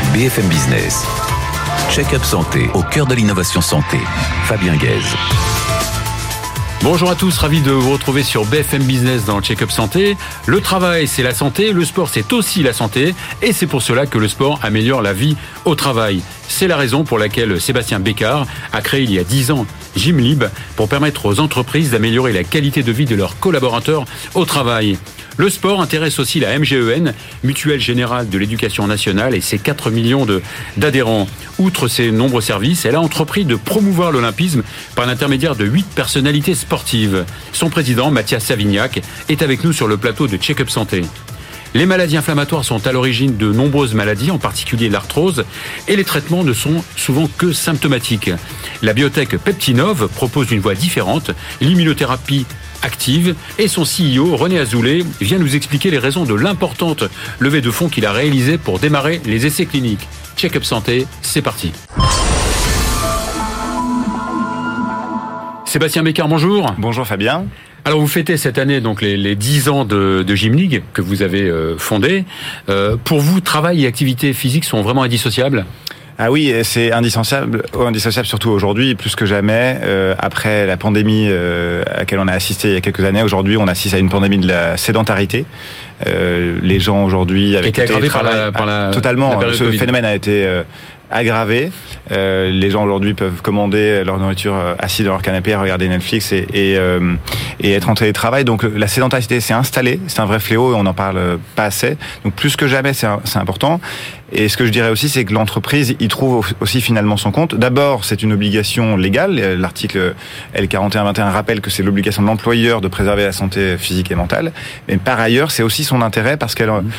BFM Business. Check-up santé, au cœur de l'innovation santé. Fabien Guèze. Bonjour à tous, ravi de vous retrouver sur BFM Business dans le Check-up Santé. Le travail, c'est la santé, le sport, c'est aussi la santé. Et c'est pour cela que le sport améliore la vie au travail. C'est la raison pour laquelle Sébastien Bécard a créé il y a 10 ans Gymlib pour permettre aux entreprises d'améliorer la qualité de vie de leurs collaborateurs au travail. Le sport intéresse aussi la MGEN, Mutuelle Générale de l'Éducation Nationale, et ses 4 millions d'adhérents. Outre ses nombreux services, elle a entrepris de promouvoir l'olympisme par l'intermédiaire de 8 personnalités sportives. Son président, Mathias Savignac, est avec nous sur le plateau de Check-up Santé. Les maladies inflammatoires sont à l'origine de nombreuses maladies, en particulier l'arthrose, et les traitements ne sont souvent que symptomatiques. La biotech Peptinov propose une voie différente, l'immunothérapie active, et son CEO, René Azoulay, vient nous expliquer les raisons de l'importante levée de fonds qu'il a réalisée pour démarrer les essais cliniques. Check-up Santé, c'est parti. Sébastien Bécard, bonjour. Bonjour Fabien. Alors vous fêtez cette année donc les 10 ans de Gymlib que vous avez fondé. Pour vous, travail et activité physique sont vraiment indissociables ? Ah oui, c'est indissociable surtout aujourd'hui, plus que jamais. Après la pandémie à laquelle on a assisté il y a quelques années, aujourd'hui on assiste à une pandémie de la sédentarité. Les gens aujourd'hui avec qui a été aggravé par la totalement. La ce Covid. phénomène a été aggravé. Les gens aujourd'hui peuvent commander leur nourriture assis dans leur canapé, regarder Netflix et être en télétravail. Donc la sédentarité s'est installée, c'est un vrai fléau et on n'en parle pas assez. Donc plus que jamais c'est important. Et ce que je dirais aussi, c'est que l'entreprise y trouve aussi finalement son compte. D'abord, c'est une obligation légale. L'article L4121 rappelle que c'est l'obligation de l'employeur de préserver la santé physique et mentale. Mais par ailleurs, c'est aussi son intérêt parce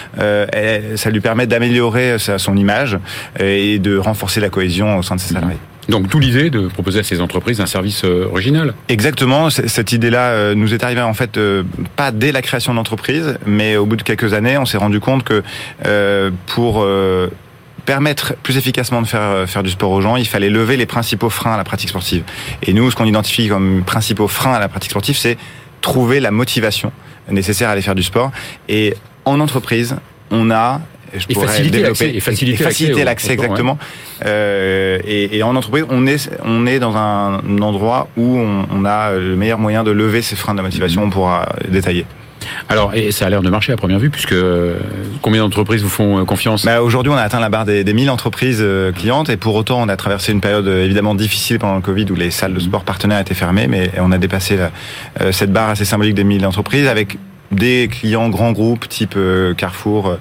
ça lui permet d'améliorer son image et de renforcer la cohésion au sein de ses salariés. Donc, d'où l'idée de proposer à ces entreprises un service original. Exactement. Cette idée-là nous est arrivée en fait pas dès la création de l'entreprise, mais au bout de quelques années, on s'est rendu compte que pour permettre plus efficacement de faire du sport aux gens, il fallait lever les principaux freins à la pratique sportive. Et nous, ce qu'on identifie comme principaux freins à la pratique sportive, c'est trouver la motivation nécessaire à aller faire du sport. Et en entreprise, on a faciliter l'accès, exactement. Ouais. Et en entreprise, on est dans un endroit où on a le meilleur moyen de lever ces freins de motivation. On pourra détailler. Alors, et ça a l'air de marcher à première vue, puisque combien d'entreprises vous font confiance ? Aujourd'hui, on a atteint la barre des 1000 entreprises clientes, et pour autant, on a traversé une période évidemment difficile pendant le Covid, où les salles de sport partenaires étaient fermées, mais on a dépassé cette barre assez symbolique des 1000 entreprises, avec des clients grands groupes type Carrefour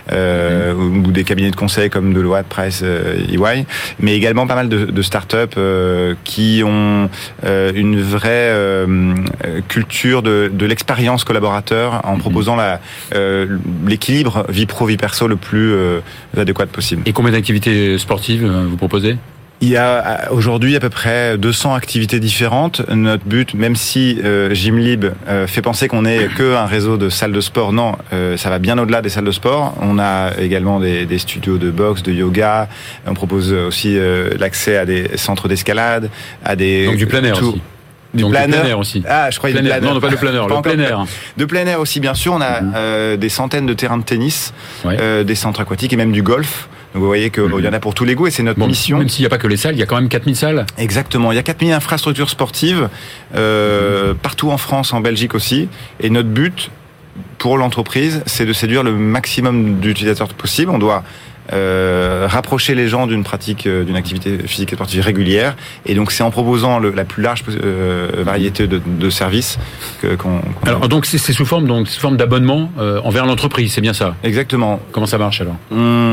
ou des cabinets de conseil comme Deloitte, Price, EY, mais également pas mal de start-up qui ont une vraie culture de l'expérience collaborateur en proposant l'équilibre vie pro vie perso le plus adéquat possible. Et combien d'activités sportives vous proposez ? Il y a aujourd'hui à peu près 200 activités différentes. Notre but, même si Gymlib fait penser qu'on n'est qu'un réseau de salles de sport, non, ça va bien au-delà des salles de sport. On a également des studios de boxe, de yoga. On propose aussi l'accès à des centres d'escalade, à des... Donc du plein air aussi. Du plein air aussi. Ah, je croyais du plein air. Non, pas le plein air, le plein air. De plein air aussi, bien sûr. On a des centaines de terrains de tennis, des centres aquatiques et même du golf. Donc vous voyez qu'il y en a pour tous les goûts et c'est notre mission. Même s'il n'y a pas que les salles, il y a quand même 4000 salles. Exactement, il y a 4000 infrastructures sportives partout en France, en Belgique aussi. Et notre but pour l'entreprise, c'est de séduire le maximum d'utilisateurs possible. On doit rapprocher les gens d'une pratique, d'une activité physique et sportive régulière. Et donc c'est en proposant la plus large variété de services qu'on... Alors donc c'est sous forme d'abonnement envers l'entreprise, c'est bien ça ? Exactement. Comment ça marche alors ?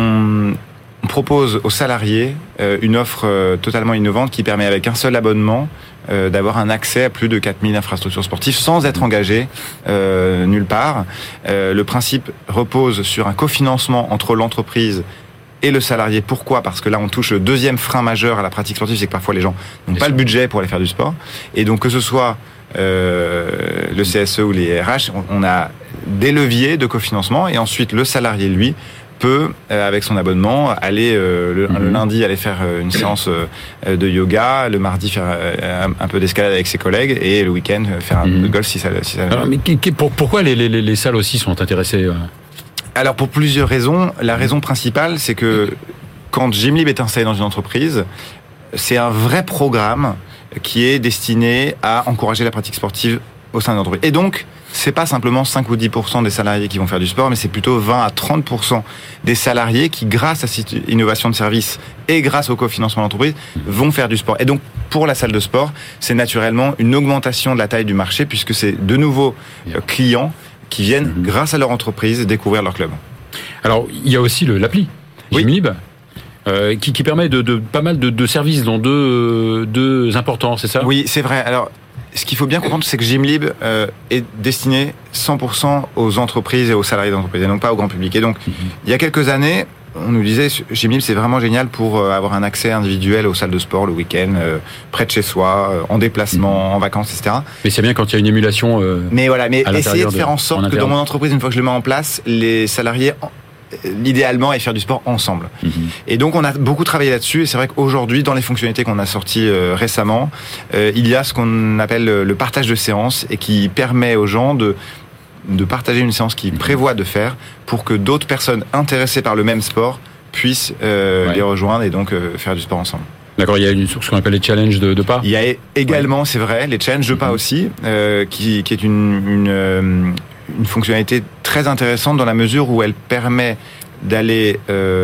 On propose aux salariés une offre totalement innovante qui permet avec un seul abonnement d'avoir un accès à plus de 4000 infrastructures sportives sans être engagé nulle part. Le principe repose sur un cofinancement entre l'entreprise et le salarié. Pourquoi ? Parce que là, on touche le deuxième frein majeur à la pratique sportive, c'est que parfois les gens n'ont pas le budget pour aller faire du sport. Et donc que ce soit le CSE ou les RH, on a des leviers de cofinancement et ensuite le salarié, lui, peut, avec son abonnement, aller le lundi aller faire une séance de yoga, le mardi faire un peu d'escalade avec ses collègues et le week-end faire un peu de golf si ça. Alors, mais pourquoi les salles aussi sont intéressées ? Alors pour plusieurs raisons. La raison principale, c'est que quand Gymlib est installé dans une entreprise, c'est un vrai programme qui est destiné à encourager la pratique sportive au sein de l'entreprise. Et donc, c'est pas simplement 5 ou 10% des salariés qui vont faire du sport, mais c'est plutôt 20 à 30% des salariés qui, grâce à cette innovation de service et grâce au cofinancement de l'entreprise, vont faire du sport. Et donc, pour la salle de sport, c'est naturellement une augmentation de la taille du marché, puisque c'est de nouveaux clients qui viennent, grâce à leur entreprise, découvrir leur club. Alors, il y a aussi l'appli Gymlib. Qui permet de pas mal de services, dont deux importants, c'est ça ? Oui, c'est vrai. Alors, ce qu'il faut bien comprendre, c'est que Gymlib est destiné 100% aux entreprises et aux salariés d'entreprise, et non pas au grand public. Et donc, il y a quelques années, on nous disait, Gymlib, c'est vraiment génial pour avoir un accès individuel aux salles de sport le week-end, près de chez soi, en déplacement, en vacances, etc. Mais c'est bien quand il y a une émulation. Mais essayer de faire en sorte que dans mon entreprise, une fois que je le mets en place, les salariés l'idéalement est faire du sport ensemble. Et donc on a beaucoup travaillé là-dessus, et c'est vrai qu'aujourd'hui, dans les fonctionnalités qu'on a sorties récemment, il y a ce qu'on appelle le partage de séances, et qui permet aux gens de partager une séance qu'ils prévoient de faire pour que d'autres personnes intéressées par le même sport puissent les rejoindre et donc faire du sport ensemble. D'accord, il y a ce qu'on appelle les challenges de pas. Il y a également, c'est vrai, les challenges de pas aussi, qui est une fonctionnalité très intéressante dans la mesure où elle permet d'aller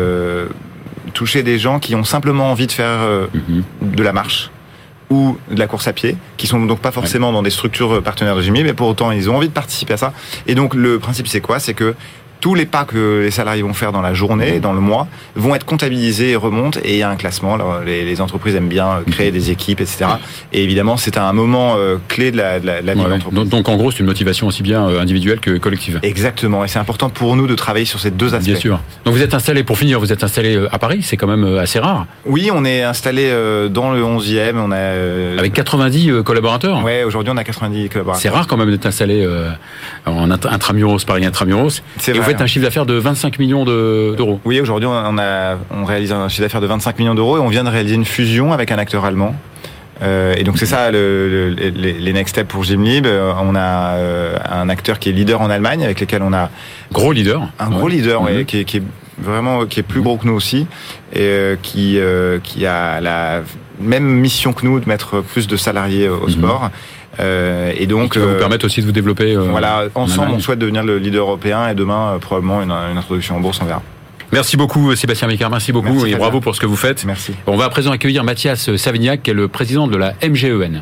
toucher des gens qui ont simplement envie de faire de la marche ou de la course à pied, qui sont donc pas forcément dans des structures partenaires de Gymlib, mais pour autant ils ont envie de participer à ça. Et donc le principe, c'est quoi ? C'est que tous les pas que les salariés vont faire dans la journée, dans le mois, vont être comptabilisés et remontent, et il y a un classement. Alors, les entreprises aiment bien créer des équipes, etc. Et évidemment, c'est un moment clé de la vie de l'entreprise. Donc en gros, c'est une motivation aussi bien individuelle que collective. Exactement, et c'est important pour nous de travailler sur ces deux aspects. Bien sûr. Donc vous êtes installé à Paris, c'est quand même assez rare. Oui, on est installé dans le 11e, on a... Avec 90 collaborateurs. Ouais, aujourd'hui on a 90 collaborateurs. C'est rare quand même d'être installé en intramuros, Paris intramuros. C'est vrai. Vous faites un chiffre d'affaires de 25 millions d'euros. Oui, aujourd'hui, on réalise un chiffre d'affaires de 25 millions d'euros, et on vient de réaliser une fusion avec un acteur allemand. Et donc, c'est ça les next steps pour Gymlib. On a un acteur qui est leader en Allemagne, avec lequel on a... Gros leader. Un gros leader, qui est vraiment, qui est plus gros que nous aussi, et qui a la même mission que nous, de mettre plus de salariés au sport. Et donc, qui va vous permettre aussi de vous développer. Ensemble, on souhaite devenir le leader européen, et demain, probablement une introduction en bourse, on verra. Merci beaucoup, Sébastien Micard. Merci beaucoup. Merci, et bravo pour ce que vous faites. Merci. On va à présent accueillir Mathias Savignac, qui est le président de la MGEN.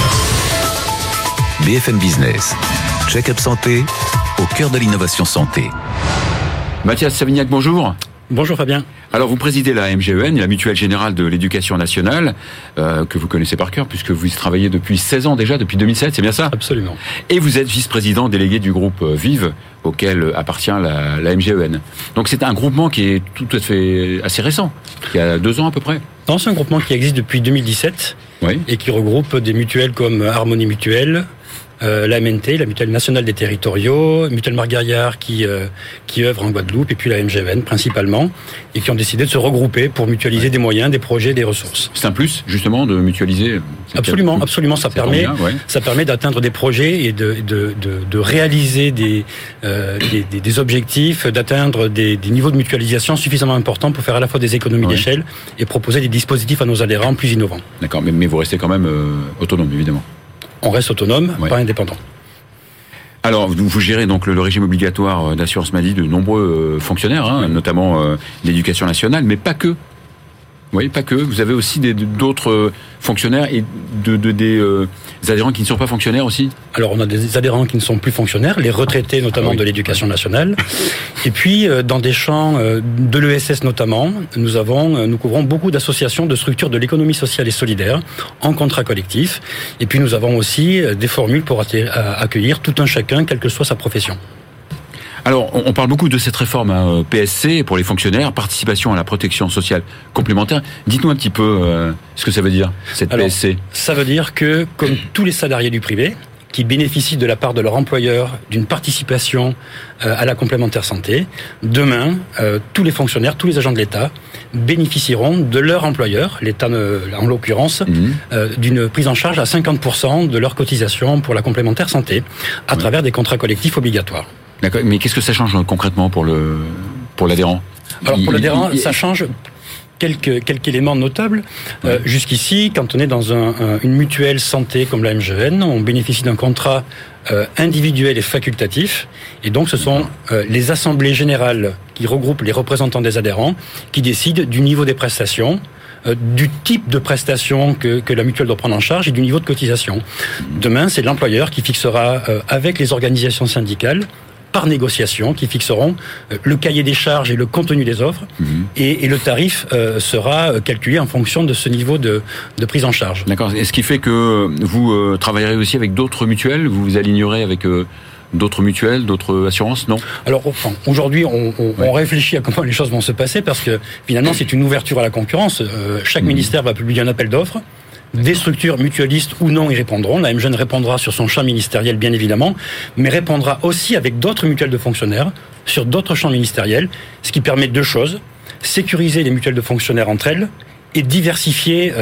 BFM Business. Check-up santé, au cœur de l'innovation santé. Mathias Savignac, bonjour. Bonjour Fabien. Alors vous présidez la MGEN, la Mutuelle Générale de l'Éducation Nationale, que vous connaissez par cœur puisque vous y travaillez depuis 16 ans déjà, depuis 2007, c'est bien ça ? Absolument. Et vous êtes vice-président délégué du groupe Vive, auquel appartient la MGEN. Donc c'est un groupement qui est tout à fait assez récent, qui a 2 ans à peu près. Non, c'est un groupement qui existe depuis 2017 et qui regroupe des mutuelles comme Harmonie Mutuelle, la MNT, la Mutuelle Nationale des Territoriaux, Mutuelle Marguerriard qui œuvre en Guadeloupe, et puis la MGEN principalement, et qui ont décidé de se regrouper pour mutualiser des moyens, des projets, des ressources. C'est un plus, justement, de mutualiser. Absolument. Ça permet d'atteindre des projets et de réaliser des objectifs, d'atteindre des niveaux de mutualisation suffisamment importants pour faire à la fois des économies d'échelle et proposer des dispositifs à nos adhérents plus innovants. D'accord, mais vous restez quand même autonome, évidemment. On reste autonome, pas indépendant. Alors, vous gérez donc le régime obligatoire d'assurance maladie de nombreux fonctionnaires, notamment l'éducation nationale, mais pas que. Oui, pas que. Vous avez aussi d'autres fonctionnaires et des adhérents qui ne sont pas fonctionnaires aussi. Alors, on a des adhérents qui ne sont plus fonctionnaires, les retraités notamment de l'éducation nationale. Et puis, dans des champs de l'ESS notamment, nous couvrons beaucoup d'associations, de structures de l'économie sociale et solidaire en contrat collectif. Et puis, nous avons aussi des formules pour accueillir tout un chacun, quelle que soit sa profession. Alors, on parle beaucoup de cette réforme PSC pour les fonctionnaires, participation à la protection sociale complémentaire. Dites-nous un petit peu ce que ça veut dire, cette PSC. Ça veut dire que, comme tous les salariés du privé, qui bénéficient de la part de leur employeur d'une participation à la complémentaire santé, demain, tous les fonctionnaires, tous les agents de l'État bénéficieront de leur employeur, l'État en l'occurrence, d'une prise en charge à 50% de leur cotisation pour la complémentaire santé, à travers des contrats collectifs obligatoires. D'accord, mais qu'est-ce que ça change concrètement pour l'adhérent ? Alors pour l'adhérent, ça change quelques éléments notables. Jusqu'ici, quand on est dans une mutuelle santé comme la MGN, on bénéficie d'un contrat individuel et facultatif. Et donc, ce sont les assemblées générales qui regroupent les représentants des adhérents qui décident du niveau des prestations, du type de prestations que la mutuelle doit prendre en charge et du niveau de cotisation. Demain, c'est l'employeur qui fixera, avec les organisations syndicales, par négociation, qui fixeront le cahier des charges et le contenu des offres, et le tarif sera calculé en fonction de ce niveau de prise en charge. D'accord. Et ce qui fait que vous travaillerez aussi avec d'autres mutuelles, vous vous alignerez avec d'autres mutuelles, d'autres assurances, non ? Alors, aujourd'hui, on réfléchit à comment les choses vont se passer, parce que finalement, c'est une ouverture à la concurrence. Chaque ministère va publier un appel d'offres. Des structures mutualistes ou non y répondront. La MGN répondra sur son champ ministériel, bien évidemment, mais répondra aussi avec d'autres mutuelles de fonctionnaires sur d'autres champs ministériels, ce qui permet deux choses: sécuriser les mutuelles de fonctionnaires entre elles et diversifier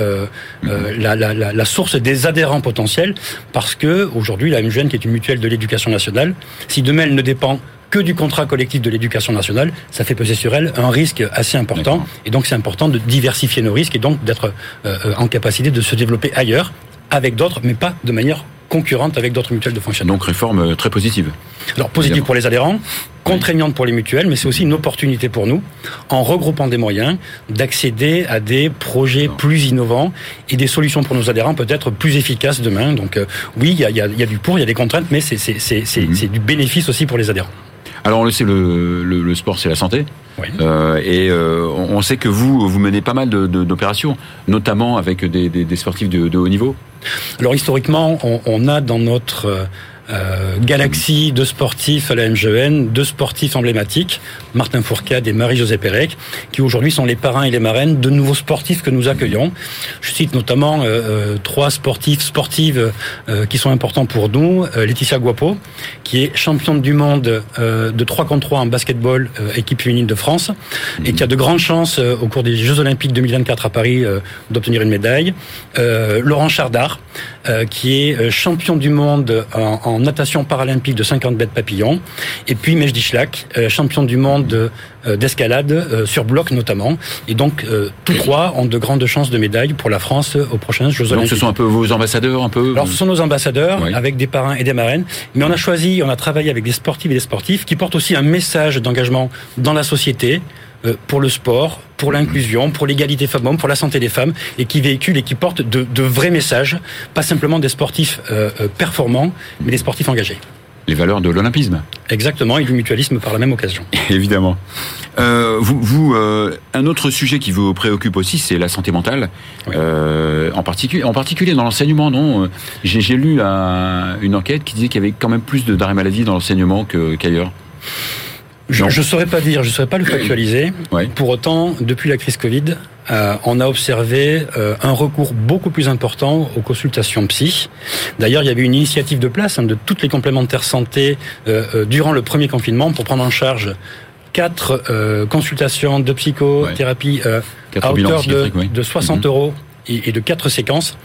la source des adhérents potentiels, parce que aujourd'hui, la MGN, qui est une mutuelle de l'éducation nationale, si demain elle ne dépend que du contrat collectif de l'éducation nationale, ça fait peser sur elle un risque assez important. D'accord. Et donc c'est important de diversifier nos risques et donc d'être en capacité de se développer ailleurs avec d'autres, mais pas de manière concurrente avec d'autres mutuelles de fonctionnaires. Donc réforme très positive. Alors positive pour les adhérents, contraignante pour les mutuelles, mais c'est aussi une opportunité pour nous, en regroupant des moyens, d'accéder à des projets plus innovants et des solutions pour nos adhérents peut-être plus efficaces demain. Donc oui, il y a du pour, il y a des contraintes, mais c'est du bénéfice aussi pour les adhérents. Alors on le sait, le sport c'est la santé, oui. On sait que vous menez pas mal d'opérations, notamment avec des sportifs de haut niveau. Alors historiquement, on a dans notre galaxie de sportifs à la MGN, deux sportifs emblématiques, Martin Fourcade et Marie-Josée Pérec, qui aujourd'hui sont les parrains et les marraines de nouveaux sportifs que nous accueillons. Je cite notamment trois sportives qui sont importants pour nous. Laetitia Guapo, qui est championne du monde de 3 contre 3 en basketball, équipe féminine de France, et qui a de grandes chances au cours des Jeux Olympiques 2024 à Paris d'obtenir une médaille. Laurent Chardard, qui est champion du monde en natation paralympique de 50 mètres papillon, et puis Mejdi Schlack, champion du monde d'escalade sur bloc notamment, et donc tous trois ont de grandes chances de médaille pour la France aux prochains Jeux Olympiques. Donc ce sont un peu vos ambassadeurs, un peu. Alors ce sont nos ambassadeurs, oui, avec des parrains et des marraines, mais on a travaillé avec des sportives et des sportifs qui portent aussi un message d'engagement dans la société, pour le sport, pour l'inclusion, pour l'égalité femmes-hommes, pour la santé des femmes, et qui véhiculent et qui portent de vrais messages, pas simplement des sportifs performants, mais des sportifs engagés. Les valeurs de l'olympisme. Exactement, et du mutualisme par la même occasion. Évidemment. Un autre sujet qui vous préoccupe aussi, c'est la santé mentale. Oui. En particulier dans l'enseignement, non ? J'ai lu une enquête qui disait qu'il y avait quand même plus d'arrêts maladie dans l'enseignement qu'ailleurs. Je ne saurais pas dire, je ne saurais pas le factualiser. Ouais. Pour autant, depuis la crise Covid, on a observé un recours beaucoup plus important aux consultations psy. D'ailleurs, il y avait une initiative de place de toutes les complémentaires santé durant le premier confinement pour prendre en charge 4 consultations de psychothérapie à hauteur de 60 euros. Et de 4 séances,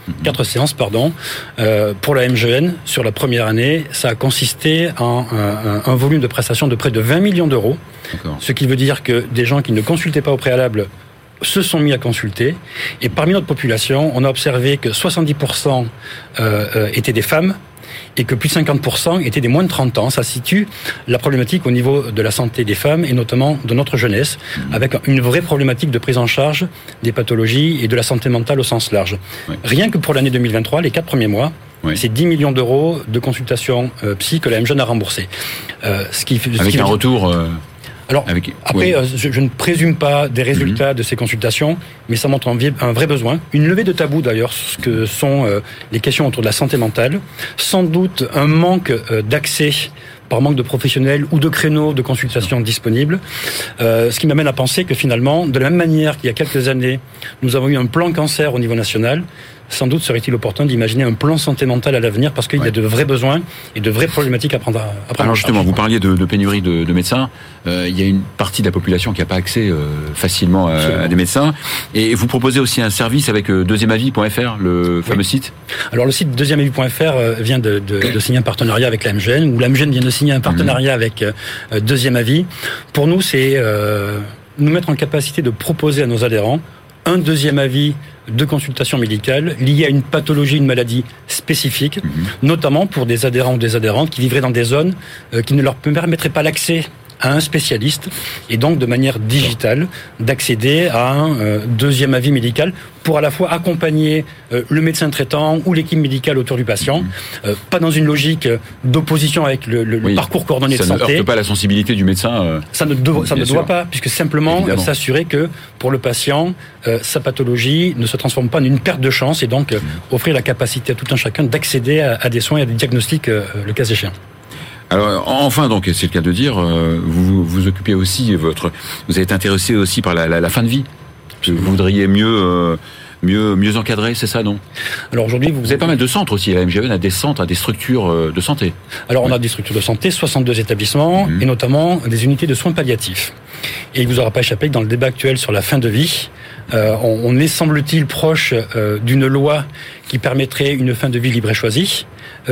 pour la MGN sur la première année. Ça a consisté en un volume de prestations de près de 20 millions d'euros. D'accord. Ce qui veut dire que des gens qui ne consultaient pas au préalable se sont mis à consulter. Et parmi notre population, on a observé que 70% étaient des femmes, et que plus de 50% étaient des moins de 30 ans. Ça situe la problématique au niveau de la santé des femmes et notamment de notre jeunesse, avec une vraie problématique de prise en charge des pathologies et de la santé mentale au sens large. Oui. Rien que pour l'année 2023, les 4 premiers mois, oui, c'est 10 millions d'euros de consultations psy que la MGN a remboursé. Avec un retour... Alors, après, oui, je ne présume pas des résultats de ces consultations, mais ça montre un vrai besoin. Une levée de tabou, d'ailleurs, ce que sont les questions autour de la santé mentale. Sans doute un manque d'accès par manque de professionnels ou de créneaux de consultation disponibles. Ce qui m'amène à penser que finalement, de la même manière qu'il y a quelques années, nous avons eu un plan cancer au niveau national, sans doute serait-il opportun d'imaginer un plan santé mentale à l'avenir, parce qu'il y a de vrais besoins et de vraies problématiques à prendre en charge. Alors justement, vous parliez de pénurie de médecins. Il y a une partie de la population qui n'a pas accès facilement à des médecins. Et vous proposez aussi un service avec deuxièmeavis.fr, le fameux site. Alors le site deuxièmeavis.fr vient de signer un partenariat avec la MGN, ou la MGN vient de signer un partenariat avec Deuxième Avis. Pour nous, c'est... nous mettre en capacité de proposer à nos adhérents un deuxième avis de consultation médicale lié à une pathologie, une maladie spécifique, notamment pour des adhérents ou des adhérentes qui vivraient dans des zones qui ne leur permettraient pas l'accès à un spécialiste et donc de manière digitale d'accéder à un deuxième avis médical pour à la fois accompagner le médecin traitant ou l'équipe médicale autour du patient, pas dans une logique d'opposition avec le parcours coordonné de santé. Ça ne heurte pas la sensibilité du médecin. Ça ne doit pas, puisque simplement s'assurer que pour le patient, sa pathologie ne se transforme pas en une perte de chance et donc offrir la capacité à tout un chacun d'accéder à des soins et à des diagnostics le cas échéant. Alors enfin donc c'est le cas de dire, vous occupez aussi vous êtes intéressé aussi par la fin de vie. Vous voudriez mieux encadrer, c'est ça, non? Alors aujourd'hui, vous avez pas mal de centres aussi. La MGEN a des centres, a des structures de santé. Alors on a des structures de santé, 62 établissements et notamment des unités de soins palliatifs. Et il vous aura pas échappé que dans le débat actuel sur la fin de vie, on est semble-t-il proche d'une loi qui permettrait une fin de vie libre et choisie.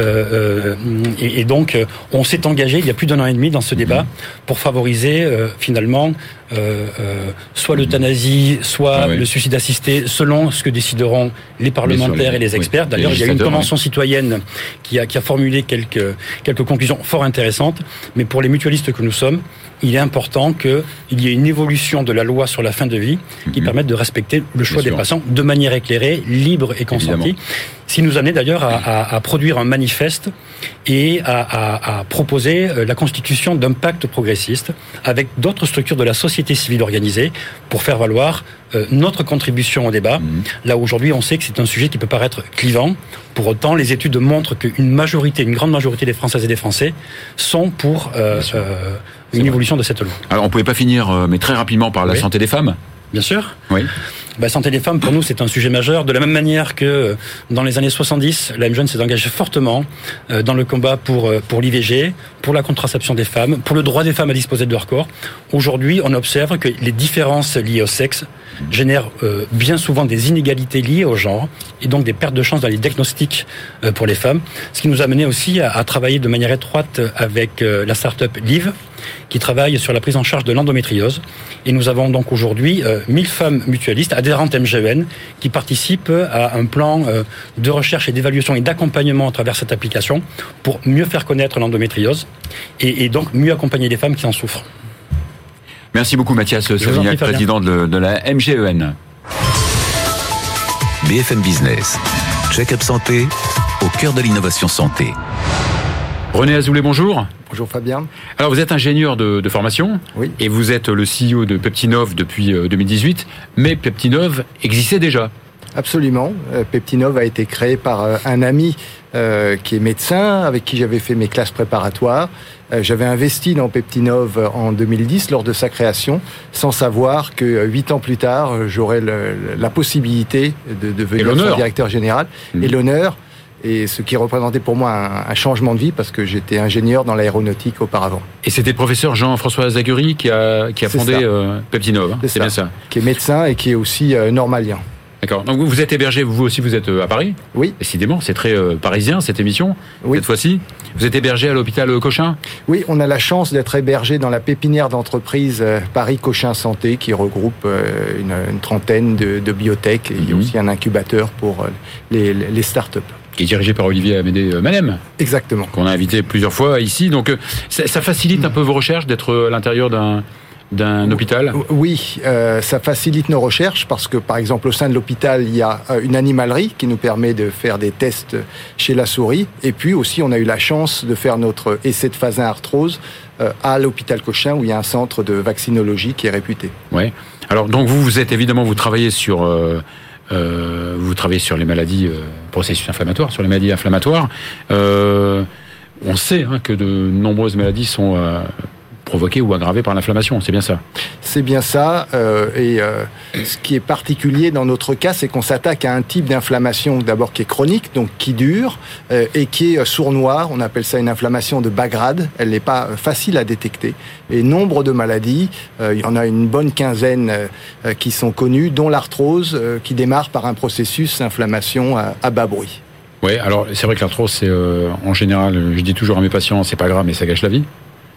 Et donc, on s'est engagé il y a plus d'1 an et demi dans ce débat pour favoriser finalement soit l'euthanasie, soit le suicide assisté, selon ce que décideront les parlementaires et les experts. D'ailleurs, il y a une convention citoyenne qui a formulé quelques conclusions fort intéressantes. Mais pour les mutualistes que nous sommes, il est important qu'il y ait une évolution de la loi sur la fin de vie qui permette de respecter le choix des patients de manière éclairée, libre et consentie. Ce qui nous amenait d'ailleurs à produire un manifeste et à proposer la constitution d'un pacte progressiste avec d'autres structures de la société civile organisée pour faire valoir notre contribution au débat. Là aujourd'hui, on sait que c'est un sujet qui peut paraître clivant. Pour autant, les études montrent qu'une grande majorité des Françaises et des Français sont pour une évolution de cette loi. Alors on pouvait pas finir, mais très rapidement, par la santé des femmes. Bien sûr. Oui. Santé des femmes, pour nous, c'est un sujet majeur. De la même manière que dans les années 70, la MGEN s'est engagée fortement dans le combat pour l'IVG, pour la contraception des femmes, pour le droit des femmes à disposer de leur corps. Aujourd'hui, on observe que les différences liées au sexe génèrent bien souvent des inégalités liées au genre et donc des pertes de chance dans les diagnostics pour les femmes. Ce qui nous a mené aussi à travailler de manière étroite avec la start-up Live, qui travaille sur la prise en charge de l'endométriose. Et nous avons donc aujourd'hui 1000 femmes mutualistes, adhérentes MGEN, qui participent à un plan de recherche et d'évaluation et d'accompagnement à travers cette application pour mieux faire connaître l'endométriose et donc mieux accompagner les femmes qui en souffrent. Merci beaucoup Mathias Savignac, président de la MGEN. BFM Business, Check-up Santé, au cœur de l'innovation santé. René Azoulay, bonjour. Bonjour Fabien. Alors vous êtes ingénieur de formation, oui. Et vous êtes le CEO de Peptinov depuis 2018, mais Peptinov existait déjà. Absolument. Peptinov a été créé par un ami qui est médecin, avec qui j'avais fait mes classes préparatoires. J'avais investi dans Peptinov en 2010 lors de sa création, sans savoir que 8 ans plus tard, j'aurais la possibilité de devenir son directeur général. Et l'honneur. Et ce qui représentait pour moi un changement de vie, parce que j'étais ingénieur dans l'aéronautique auparavant. Et c'était le professeur Jean-François Zaguery qui a fondé Peptinov, hein, c'est bien ça. Qui est médecin et qui est aussi normalien. D'accord. Donc vous êtes hébergé, vous aussi vous êtes à Paris ? Oui. Décidément, c'est très parisien cette émission, oui. Cette fois-ci. Vous êtes hébergé à l'hôpital Cochin ? Oui, on a la chance d'être hébergé dans la pépinière d'entreprise Paris Cochin Santé, qui regroupe une trentaine de biotech, et il y a aussi un incubateur pour les start-up. Qui est dirigé par Olivier Amédée-Malem. Exactement. Qu'on a invité plusieurs fois ici. Donc ça facilite un peu vos recherches d'être à l'intérieur d'un hôpital ? Oui, ça facilite nos recherches parce que, par exemple, au sein de l'hôpital, il y a une animalerie qui nous permet de faire des tests chez la souris. Et puis aussi, on a eu la chance de faire notre essai de phase 1 arthrose à l'hôpital Cochin, où il y a un centre de vaccinologie qui est réputé. Oui. Alors, donc vous êtes évidemment, vous travaillez sur les maladies, processus inflammatoires, sur les maladies inflammatoires. On sait que de nombreuses maladies sont provoquées ou aggravées par l'inflammation, c'est bien ça ? C'est bien ça, ce qui est particulier dans notre cas, c'est qu'on s'attaque à un type d'inflammation d'abord qui est chronique, donc qui dure, et qui est sournoire, on appelle ça une inflammation de bas grade, elle n'est pas facile à détecter. Et nombre de maladies, il y en a une bonne quinzaine qui sont connues, dont l'arthrose, qui démarre par un processus d'inflammation à bas bruit. Oui, alors c'est vrai que l'arthrose, c'est en général, je dis toujours à mes patients, c'est pas grave, mais ça gâche la vie.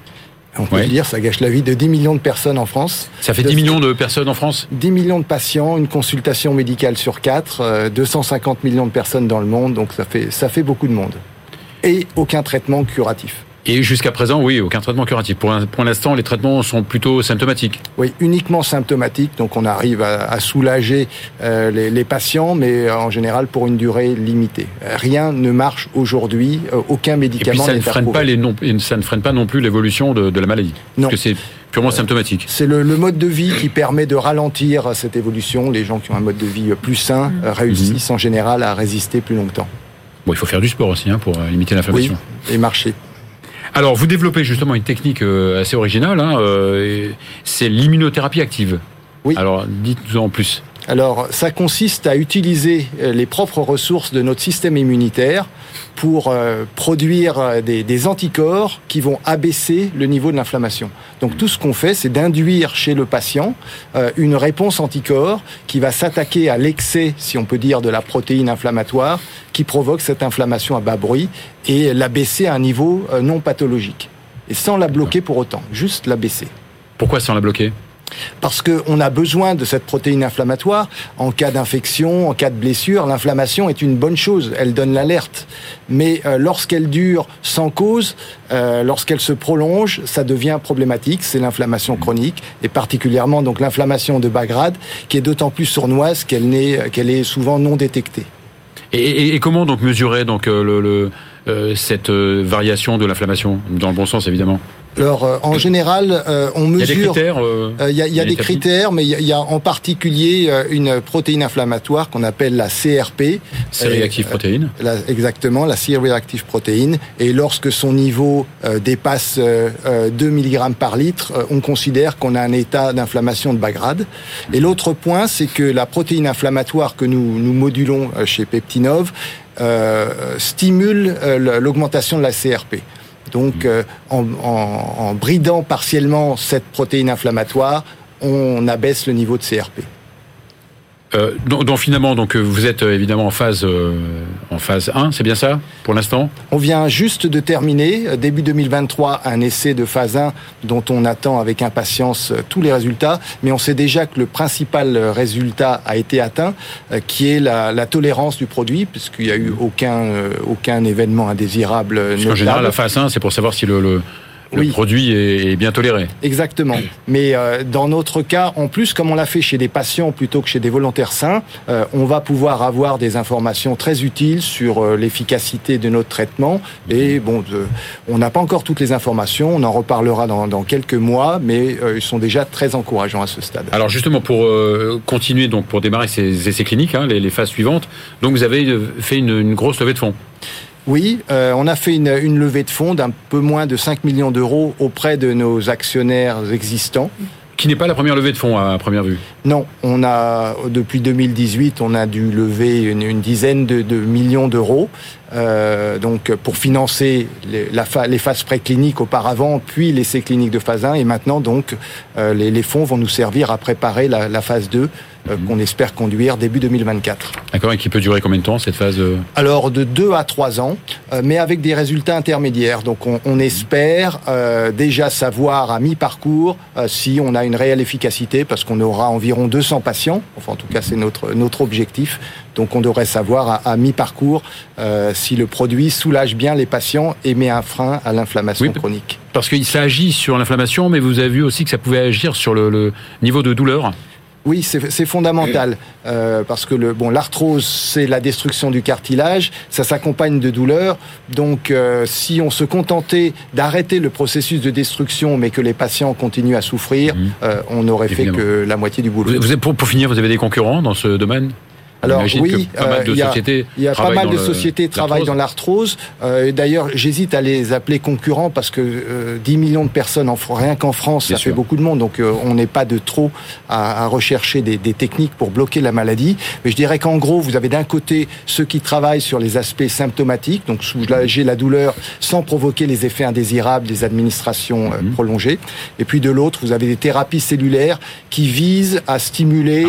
On peut le dire, ça gâche la vie de 10 millions de personnes en France. Ça fait 10 millions de personnes en France ? 10 millions de patients, une consultation médicale sur 4, 250 millions de personnes dans le monde, donc ça fait beaucoup de monde. Et aucun traitement curatif. Et jusqu'à présent, oui, aucun traitement curatif. Pour l'instant, les traitements sont plutôt symptomatiques. Oui, uniquement symptomatiques, donc on arrive à soulager les patients, mais en général pour une durée limitée. Rien ne marche aujourd'hui, aucun médicament n'est approuvé. Et ça ne freine pas non plus l'évolution de la maladie. Non. Parce que c'est purement symptomatique. C'est le mode de vie qui permet de ralentir cette évolution. Les gens qui ont un mode de vie plus sain réussissent en général à résister plus longtemps. Bon, il faut faire du sport aussi pour limiter l'inflammation. Oui, et marcher. Alors, vous développez justement une technique assez originale, c'est l'immunothérapie active. Oui. Alors, dites-nous en plus. Alors, ça consiste à utiliser les propres ressources de notre système immunitaire pour produire des anticorps qui vont abaisser le niveau de l'inflammation. Donc, tout ce qu'on fait, c'est d'induire chez le patient une réponse anticorps qui va s'attaquer à l'excès, si on peut dire, de la protéine inflammatoire qui provoque cette inflammation à bas bruit et l'abaisser à un niveau non pathologique. Et sans la bloquer pour autant, juste l'abaisser. Pourquoi sans la bloquer ? Parce qu'on a besoin de cette protéine inflammatoire en cas d'infection, en cas de blessure. L'inflammation est une bonne chose, elle donne l'alerte. Mais lorsqu'elle dure sans cause, lorsqu'elle se prolonge, ça devient problématique. C'est l'inflammation chronique et particulièrement donc l'inflammation de bas grade qui est d'autant plus sournoise qu'elle est souvent non détectée. Et comment donc mesurer donc cette variation de l'inflammation dans le bon sens évidemment? Alors, en général, on mesure... Il y a des critères des critères, mais il y a en particulier une protéine inflammatoire qu'on appelle la CRP. C-réactive protéine. Exactement, la C-réactive protéine. Et lorsque son niveau dépasse 2 mg par litre, on considère qu'on a un état d'inflammation de bas grade. Et l'autre point, c'est que la protéine inflammatoire que nous modulons chez Peptinov stimule l'augmentation de la CRP. Donc, en bridant partiellement cette protéine inflammatoire, on abaisse le niveau de CRP. Donc finalement, vous êtes évidemment en phase 1, c'est bien ça, pour l'instant ? On vient juste de terminer, début 2023, un essai de phase 1 dont on attend avec impatience tous les résultats, mais on sait déjà que le principal résultat a été atteint, qui est la tolérance du produit, puisqu'il n'y a eu aucun événement indésirable notable. En général, la phase 1, c'est pour savoir si le produit est bien toléré. Exactement. Mais dans notre cas, en plus, comme on l'a fait chez des patients plutôt que chez des volontaires sains, on va pouvoir avoir des informations très utiles sur l'efficacité de notre traitement. Et on n'a pas encore toutes les informations, on en reparlera dans quelques mois, mais ils sont déjà très encourageants à ce stade. Alors justement, pour continuer, pour démarrer ces essais cliniques, les phases suivantes, donc vous avez fait une grosse levée de fonds. Oui, on a fait une levée de fonds d'un peu moins de 5 millions d'euros auprès de nos actionnaires existants. Qui n'est pas la première levée de fonds à première vue. Non, depuis 2018, on a dû lever une dizaine de millions d'euros. Donc pour financer les phases précliniques auparavant, puis l'essai clinique de phase 1, et maintenant donc les fonds vont nous servir à préparer la phase 2 qu'on espère conduire début 2024. D'accord, et qui peut durer combien de temps cette phase Alors de 2 à 3 ans, mais avec des résultats intermédiaires. Donc on espère déjà savoir à mi-parcours si on a une réelle efficacité, parce qu'on aura environ 200 patients, enfin en tout cas c'est notre objectif. Donc on devrait savoir à mi-parcours si le produit soulage bien les patients et met un frein à l'inflammation chronique. Parce que ça agit sur l'inflammation, mais vous avez vu aussi que ça pouvait agir sur le niveau de douleur. Oui, c'est fondamental parce que l'arthrose, c'est la destruction du cartilage, ça s'accompagne de douleurs. Donc, si on se contentait d'arrêter le processus de destruction, mais que les patients continuent à souffrir, on n'aurait fait que la moitié du boulot. Pour finir, vous avez des concurrents dans ce domaine ? Alors oui, il y a pas mal de sociétés qui travaillent dans l'arthrose. D'ailleurs, j'hésite à les appeler concurrents parce que 10 millions de personnes, rien qu'en France, ça fait beaucoup de monde. Donc on n'est pas de trop à rechercher des techniques pour bloquer la maladie. Mais je dirais qu'en gros, vous avez d'un côté ceux qui travaillent sur les aspects symptomatiques, donc soulager la douleur sans provoquer les effets indésirables des administrations prolongées. Et puis de l'autre, vous avez des thérapies cellulaires qui visent à stimuler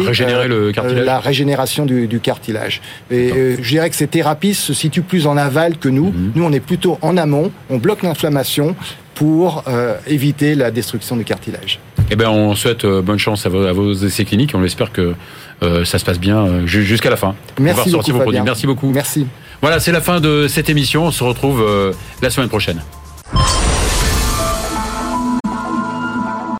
la régénération du cartilage. Et je dirais que ces thérapies se situent plus en aval que nous. Nous, on est plutôt en amont, on bloque l'inflammation pour éviter la destruction du cartilage. Eh ben, on souhaite bonne chance à vos essais cliniques et on espère que ça se passe bien jusqu'à la fin. Merci on va ressortir beaucoup, vos produits. Fabien. Merci beaucoup. Merci. Voilà, c'est la fin de cette émission. On se retrouve la semaine prochaine.